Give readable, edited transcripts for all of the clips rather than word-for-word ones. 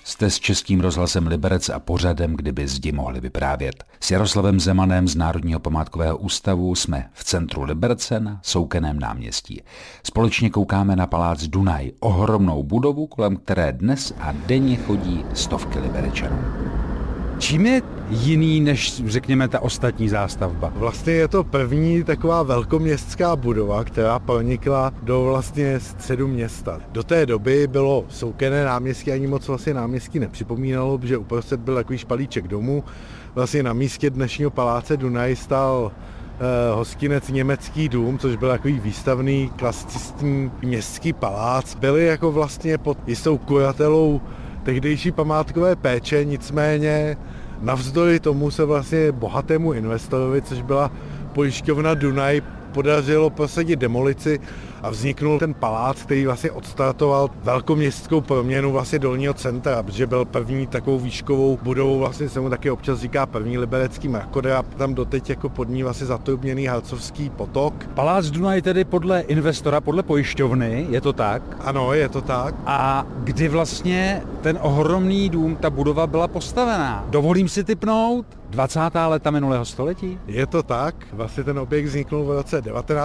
Jste s Českým rozhlasem Liberec a pořadem Kdyby zdi mohli vyprávět. S Jaroslavem Zemanem z Národního památkového ústavu jsme v centru Liberce na Soukeném náměstí. Společně koukáme na palác Dunaj, ohromnou budovu, kolem které dnes a denně chodí stovky Liberečanů. Čím je jiný než, řekněme, ta ostatní zástavba? Vlastně je to první taková velkoměstská budova, která pronikla do vlastně středu města. Do té doby bylo Soukenné náměstí, ani moc vlastně náměstí nepřipomínalo, protože uprostřed byl takový špalíček domů. Vlastně na místě dnešního paláce Dunaj stál hostinec Německý dům, což byl takový výstavný klasicistní městský palác. Byly jako vlastně pod jistou kuratelou tehdejší památkové péče, nicméně navzdory tomu se vlastně bohatému investorovi, což byla pojišťovna Dunaj, podařilo prosadit demolici a vzniknul ten palác, který vlastně odstartoval velkoměstskou proměnu vlastně dolního centra, protože byl první takovou výškovou budovou, vlastně se mu taky občas říká první liberecký mrakodrap, tam doteď jako pod ní vlastně zatrubněný Harcovský potok. Palác Dunaj tedy podle investora, podle pojišťovny, je to tak? Ano, je to tak. A kdy vlastně ten ohromný dům, ta budova byla postavená? Dovolím si tipnout? 20. léta minulého století? Je to tak. Vlastně ten objekt vzniknul v roce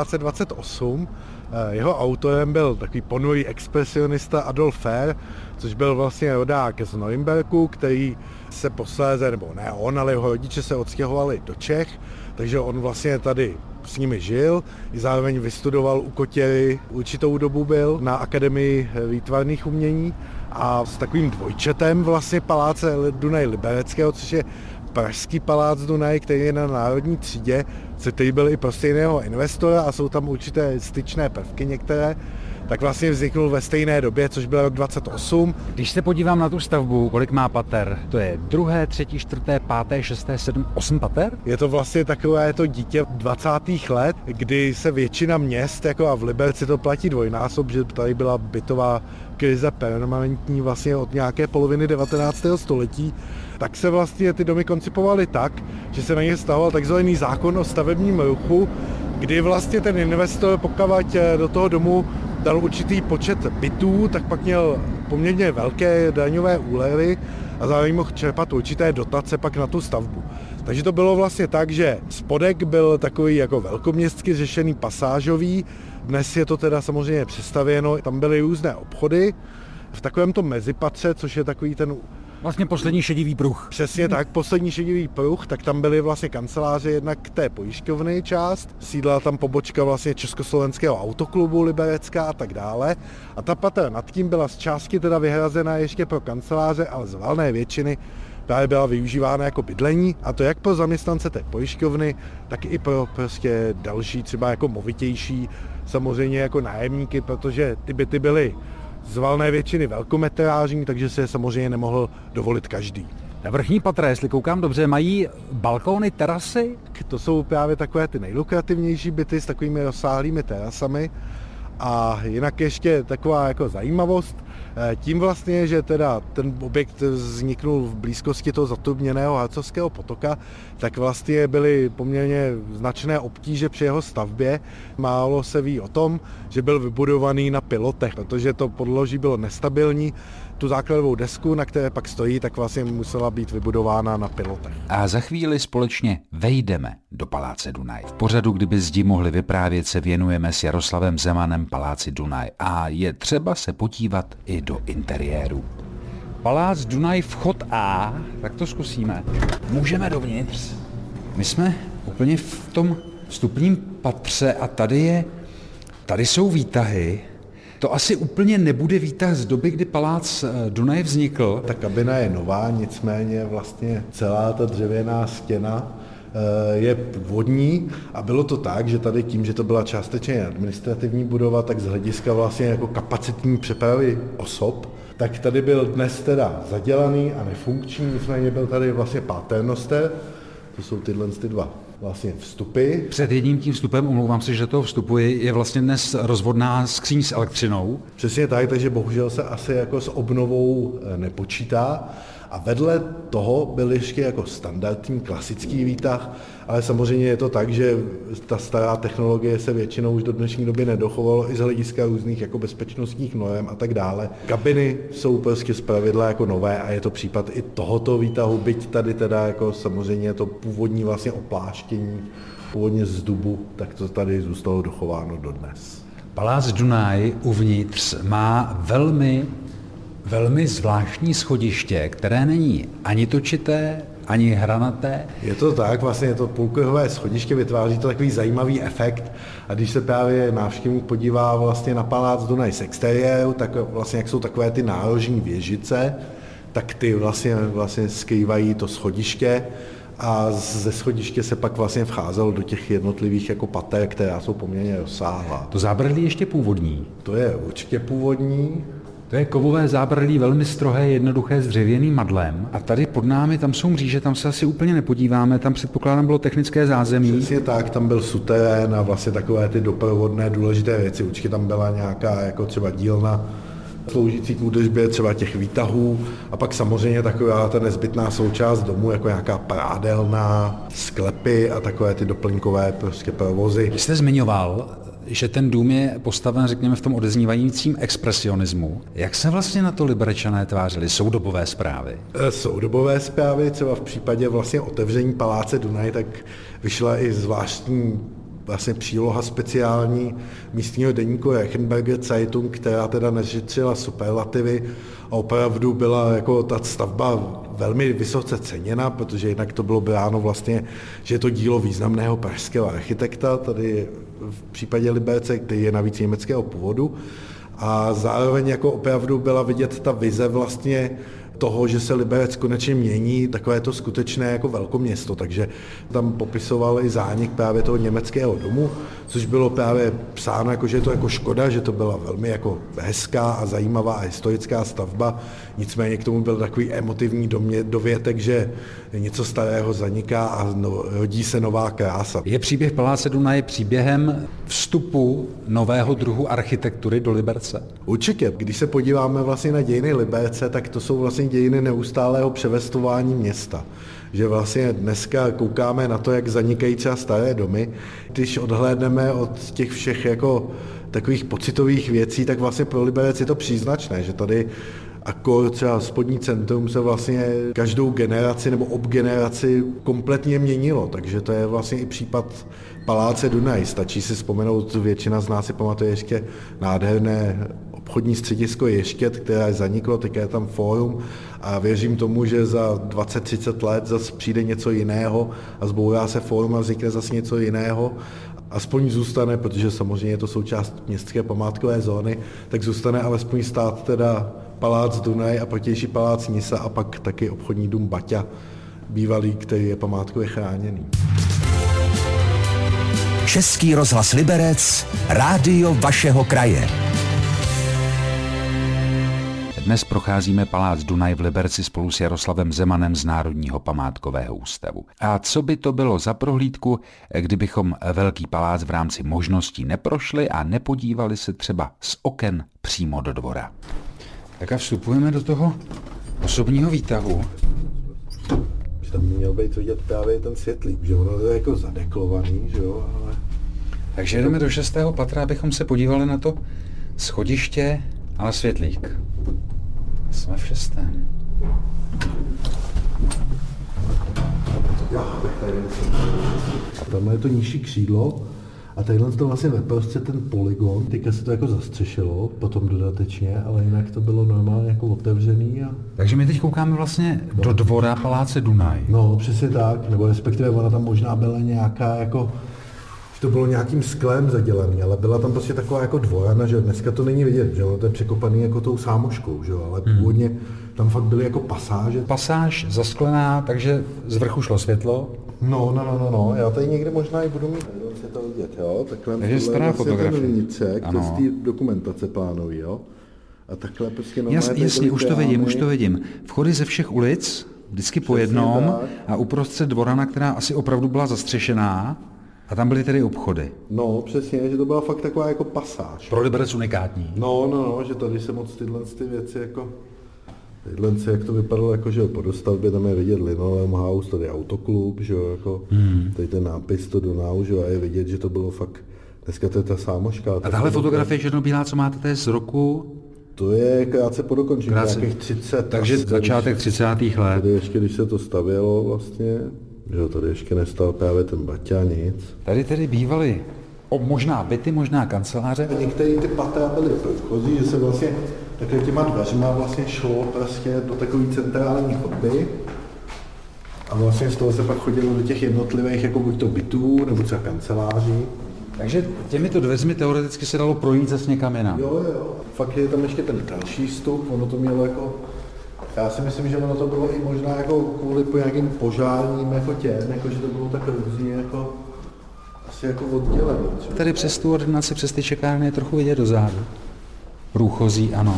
1928. Jeho autorem byl takový ponurý expresionista Adolf Fehr, což byl vlastně rodák z Norimberku, který se posléze, nebo ne on, ale jeho rodiče se odstěhovali do Čech, takže on vlastně tady s nimi žil, i zároveň vystudoval u Kotěry, určitou dobu byl na Akademii výtvarných umění a s takovým dvojčetem vlastně paláce Dunaj Libereckého, což je pražský palác Dunaj, který je na Národní třídě, který byl i pro stejného investora a jsou tam určité styčné prvky některé, tak vlastně vzniknul ve stejné době, což byl rok 28. Když se podívám na tu stavbu, kolik má pater? To je 2., 3., 4., 5., 6., 7., 8 pater? Je to vlastně takové to dítě 20. let, kdy se většina měst, jako a v Liberci to platí dvojnásob, že tady byla bytová krize permanentní vlastně od nějaké poloviny 19. století, tak se vlastně ty domy koncipovaly tak, že se na ně vztahoval takzvaný zákon o stavebním ruchu, kdy vlastně ten investor, pokud do toho domu dal určitý počet bytů, tak pak měl poměrně velké daňové úlevy a zároveň mohl čerpat určité dotace pak na tu stavbu. Takže to bylo vlastně tak, že spodek byl takový jako velkoměstsky řešený pasážový, dnes je to teda samozřejmě přestavěno, tam byly různé obchody, v takovémto mezipatře, což je takový ten vlastně poslední šedivý pruh. Přesně tak, poslední šedivý pruh, tak tam byly vlastně kanceláře jednak té pojišťovny část, sídla tam pobočka vlastně Československého autoklubu Liberecká a tak dále. A ta patra nad tím byla z části teda vyhrazená ještě pro kanceláře, ale z valné většiny právě byla využívána jako bydlení, a to jak pro zaměstnance té pojišťovny, tak i pro prostě další třeba jako movitější, samozřejmě jako nájemníky, protože ty byty byly z valné většiny velkometrážní, takže se je samozřejmě nemohl dovolit každý. Na vrchní patra, jestli koukám dobře, mají balkóny, terasy? To jsou právě takové ty nejlukrativnější byty s takovými rozsáhlými terasami. A jinak ještě taková jako zajímavost, tím vlastně, že teda ten objekt vzniknul v blízkosti toho zatrubněného Harcovského potoka, tak vlastně byly poměrně značné obtíže při jeho stavbě. Málo se ví o tom, že byl vybudovaný na pilotech, protože to podloží bylo nestabilní. Tu základovou desku, na které pak stojí, tak vlastně musela být vybudována na pilotech. A za chvíli společně vejdeme do paláce Dunaj. V pořadu Kdyby zdi mohli vyprávět se věnujeme s Jaroslavem Zemanem paláci Dunaj a je třeba se podívat i do interiéru. Palác Dunaj, vchod A, tak to zkusíme. Můžeme dovnitř. My jsme úplně v tom vstupním patře a tady jsou výtahy. To asi úplně nebude výtah z doby, kdy palác Dunaj vznikl. Ta kabina je nová, nicméně vlastně celá ta dřevěná stěna je původní a bylo to tak, že tady tím, že to byla částečně administrativní budova, tak z hlediska vlastně jako kapacitní přepravy osob, tak tady byl dnes teda zadělaný a nefunkční, nicméně byl tady vlastně paternoster, to jsou tyhle dva vlastně vstupy. Před jedním tím vstupem, omlouvám se, že toho vstupuji, je vlastně dnes rozvodná skříň s elektřinou. Přesně tak, takže bohužel se asi jako s obnovou nepočítá. A vedle toho byl ještě jako standardní klasický výtah, ale samozřejmě je to tak, že ta stará technologie se většinou už do dnešní doby nedochovalo i z hlediska různých jako bezpečnostních norem a tak dále. Kabiny jsou prostě zpravidla jako nové a je to případ i tohoto výtahu, byť tady teda jako samozřejmě to původní vlastně opláštění, původně z dubu, tak to tady zůstalo dochováno dodnes. Palác Dunaj uvnitř má velmi zvláštní schodiště, které není ani točité, ani hranaté. Je to tak, vlastně je to půlkruhové schodiště, vytváří to takový zajímavý efekt a když se právě návštěvník podívá vlastně na palác Dunaj z exteriéru, tak vlastně jak jsou takové ty nárožní věžice, tak ty vlastně skrývají to schodiště a ze schodiště se pak vlastně vcházelo do těch jednotlivých jako pater, která jsou poměrně rozsáhlá. To zábradlí ještě původní? To je určitě původní. To je kovové zábradlí, velmi strohé, jednoduché, s dřevěným madlem. A tady pod námi, tam jsou mříže, tam se asi úplně nepodíváme, tam předpokládám bylo technické zázemí. Přesně tak, tam byl suterén a vlastně takové ty doprovodné důležité věci. Určitě tam byla nějaká jako třeba dílna sloužící k údržbě třeba těch výtahů a pak samozřejmě taková ta nezbytná součást domu, jako nějaká prádelna, sklepy a takové ty doplňkové prostě provozy. Vy jste zmiňoval, že ten dům je postaven, řekněme, v tom odeznívajícím expresionismu. Jak se vlastně na to Liberečané tvářili? Soudobové zprávy? Soudobové zprávy, třeba v případě vlastně otevření paláce Dunaj, tak vyšla i zvláštní vlastně příloha speciální místního deníku Reichenberger Zeitung, která teda nešetřila superlativy a opravdu byla jako ta stavba velmi vysoce ceněna, protože jinak to bylo bráno vlastně, že je to dílo významného pražského architekta, tady v případě Liberce, který je navíc německého původu. A zároveň jako opravdu byla vidět ta vize vlastně toho, že se Liberec konečně mění, takové to skutečné jako velkoměsto, takže tam popisoval i zánik právě toho německého domu, což bylo právě psáno jako, že je to jako škoda, že to byla velmi jako hezká a zajímavá a historická stavba, nicméně k tomu byl takový emotivní dovětek, že něco starého zaniká a rodí se nová krása. Je příběh paláce Dunaj příběhem vstupu nového druhu architektury do Liberce? Určitě, když se podíváme vlastně na dějiny Liberce, tak to jsou vlastně dějiny neustálého převestování města. Že vlastně dneska koukáme na to, jak zanikají třeba staré domy. Když odhlédneme od těch všech jako takových pocitových věcí, tak vlastně pro Liberec je to příznačné, že tady akor třeba spodní centrum se vlastně každou generaci nebo obgeneraci kompletně měnilo, takže to je vlastně i případ paláce Dunaj. Stačí si vzpomenout, většina z nás si pamatuje ještě nádherné obchodní středisko Ještěd, které zaniklo, teď je tam fórum a věřím tomu, že za 20-30 let zase přijde něco jiného a zbourá se fórum a vznikne zase něco jiného. Aspoň zůstane, protože samozřejmě je to součást městské památkové zóny, tak zůstane alespoň stát teda palác Dunaj a protější palác Nisa a pak taky obchodní dům Baťa, bývalý, který je památkově chráněný. Český rozhlas Liberec, rádio vašeho kraje. Dnes procházíme palác Dunaj v Liberci spolu s Jaroslavem Zemanem z Národního památkového ústavu. A co by to bylo za prohlídku, kdybychom velký palác v rámci možností neprošli a nepodívali se třeba z oken přímo do dvora? Tak a vstupujeme do toho osobního výtahu. Tam měl být vidět právě ten světlík, že ono je jako zadeklovaný, že jo, ale... Takže jdeme do 6. patra, abychom se podívali na to schodiště, ale světlík. Jsme v 6. Tamhle je to nižší křídlo a tadyhle to vlastně veprostřed ten polygon, teďka se to jako zastřešilo, potom dodatečně, ale jinak to bylo normálně jako otevřený. Takže my teď koukáme vlastně do dvora paláce Dunaj. No, přesně tak, nebo respektive ona tam možná byla nějaká jako, že to bylo nějakým sklem zadělaný, ale byla tam prostě taková jako dvorana, že dneska to není vidět, že ono to je překopaný jako tou sámoškou, že jo, ale původně tam fakt byly jako pasáže. Pasáž zasklená, takže z vrchu šlo světlo. No, já tady někde možná i budu mít, se to vidět, jo, takhle. Takže stará fotografie. Ten vnitřek, to z té dokumentace plánový, jo. A takhle prostě jasně, už to vidím. Vchody ze všech ulic, vždycky po jednom a uprostřed dvorana, která asi opravdu byla zastřešená. A tam byly tedy obchody. No, přesně, že to byla fakt taková jako pasáž. Pro Liberec unikátní. No, že tady se moc tyhle ty věci jako Tadyhle se, jak to vypadalo, jako, že po dostavbě tam je vidět Linoleum House, tady autoklub, že jo, jako, tady ten nápis to Donau, že jo, a je vidět, že to bylo fakt, dneska to je ta sámoška. A tahle fotografie černobílá, co máte, to je z roku? To je krátce po dokončení, nějakých 30. Takže začátek 30. let. Tady ještě, když se to stavělo vlastně, že jo, tady ještě nestal právě ten Baťa, nic. Tady tedy bývaly možná byty, možná kanceláře. Některé ty patra byly průchozí, že se vlastně takhle těma dveřma vlastně šlo prostě do takové centrální chodby. A vlastně z toho se pak chodilo do těch jednotlivých jako buď to bytů, nebo třeba kanceláří. Takže těmito dveřmi teoreticky se dalo projít zase někam jinam. Jo. Fakt je tam ještě ten další vstup, ono to mělo jako... Já si myslím, že ono to bylo i možná jako kvůli po nějakým požárním jako těm, jako že to bylo tak různě jako... Asi jako oddělený. Tady přes tu ordinaci, přes ty čekárny je trochu vidět dozadu. Průchozí, ano.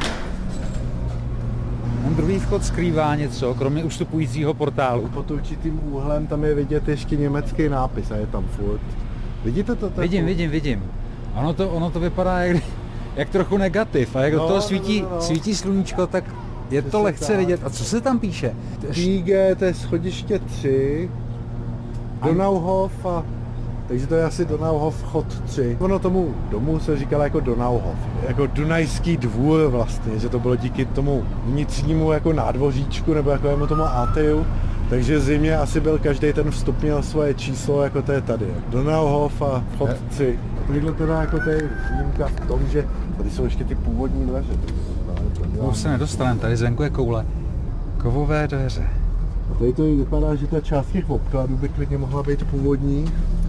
Ten druhý vchod skrývá něco, kromě ustupujícího portálu. Pod určitým úhlem tam je vidět ještě německý nápis a je tam furt. Vidíte to? Vidím. Ono to vypadá jak trochu negativ a jak do toho svítí sluníčko, tak je to lehce vidět. A co se tam píše? IG, to je schodiště 3, Donauhof a... Takže to je asi Donauhof chod 3. Ono tomu domu se říkalo jako Donauhof, jako Dunajský dvůr vlastně, že to bylo díky tomu vnitřnímu jako nádvoříčku nebo jakovému tomu atriu. Takže zimně asi byl každý ten vstup měl svoje číslo, jako to je tady. Donauhof a chod 3. Tohle teda jako to je výjimka v tom, že tady jsou ještě ty původní dveře. Už se nedostaneme, tady zvenku je koule. Kovové dveře. A tady to vypadá, že ta část těch obkladů by klidně mohla být původní.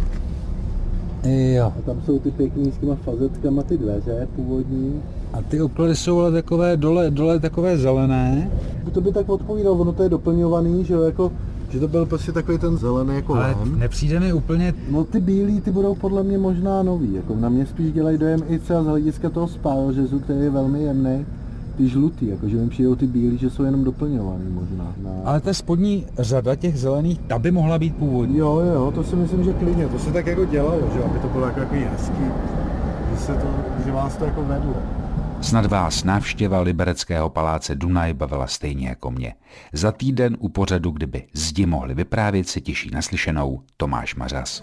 Jo. A tam jsou ty pěkný s těma fazetkama ty dveře původní. A ty obklady jsou ale takové dole takové zelené. To by tak odpovídalo, ono to je doplňovaný, že jo, jako, že to byl prostě takový ten zelený jako ale lám. nepřijde mi úplně... No ty bílý, ty budou podle mě možná nový, jako na mě spíš dělají dojem i třeba z hlediska toho spárořezu, který je velmi jemný. Ty žlutý, jakože mi přijdou ty bílý, že jsou jenom doplňovaný možná. Ale ta spodní řada těch zelených, ta by mohla být původní. Jo, to si myslím, že klidně, to se tak jako dělalo, že aby to bylo jako hezký, že vás to jako vedlo. Snad vás návštěva libereckého paláce Dunaj bavila stejně jako mě. Za týden u pořadu, kdyby zdi mohli vyprávět, se těší naslyšenou Tomáš Mařas.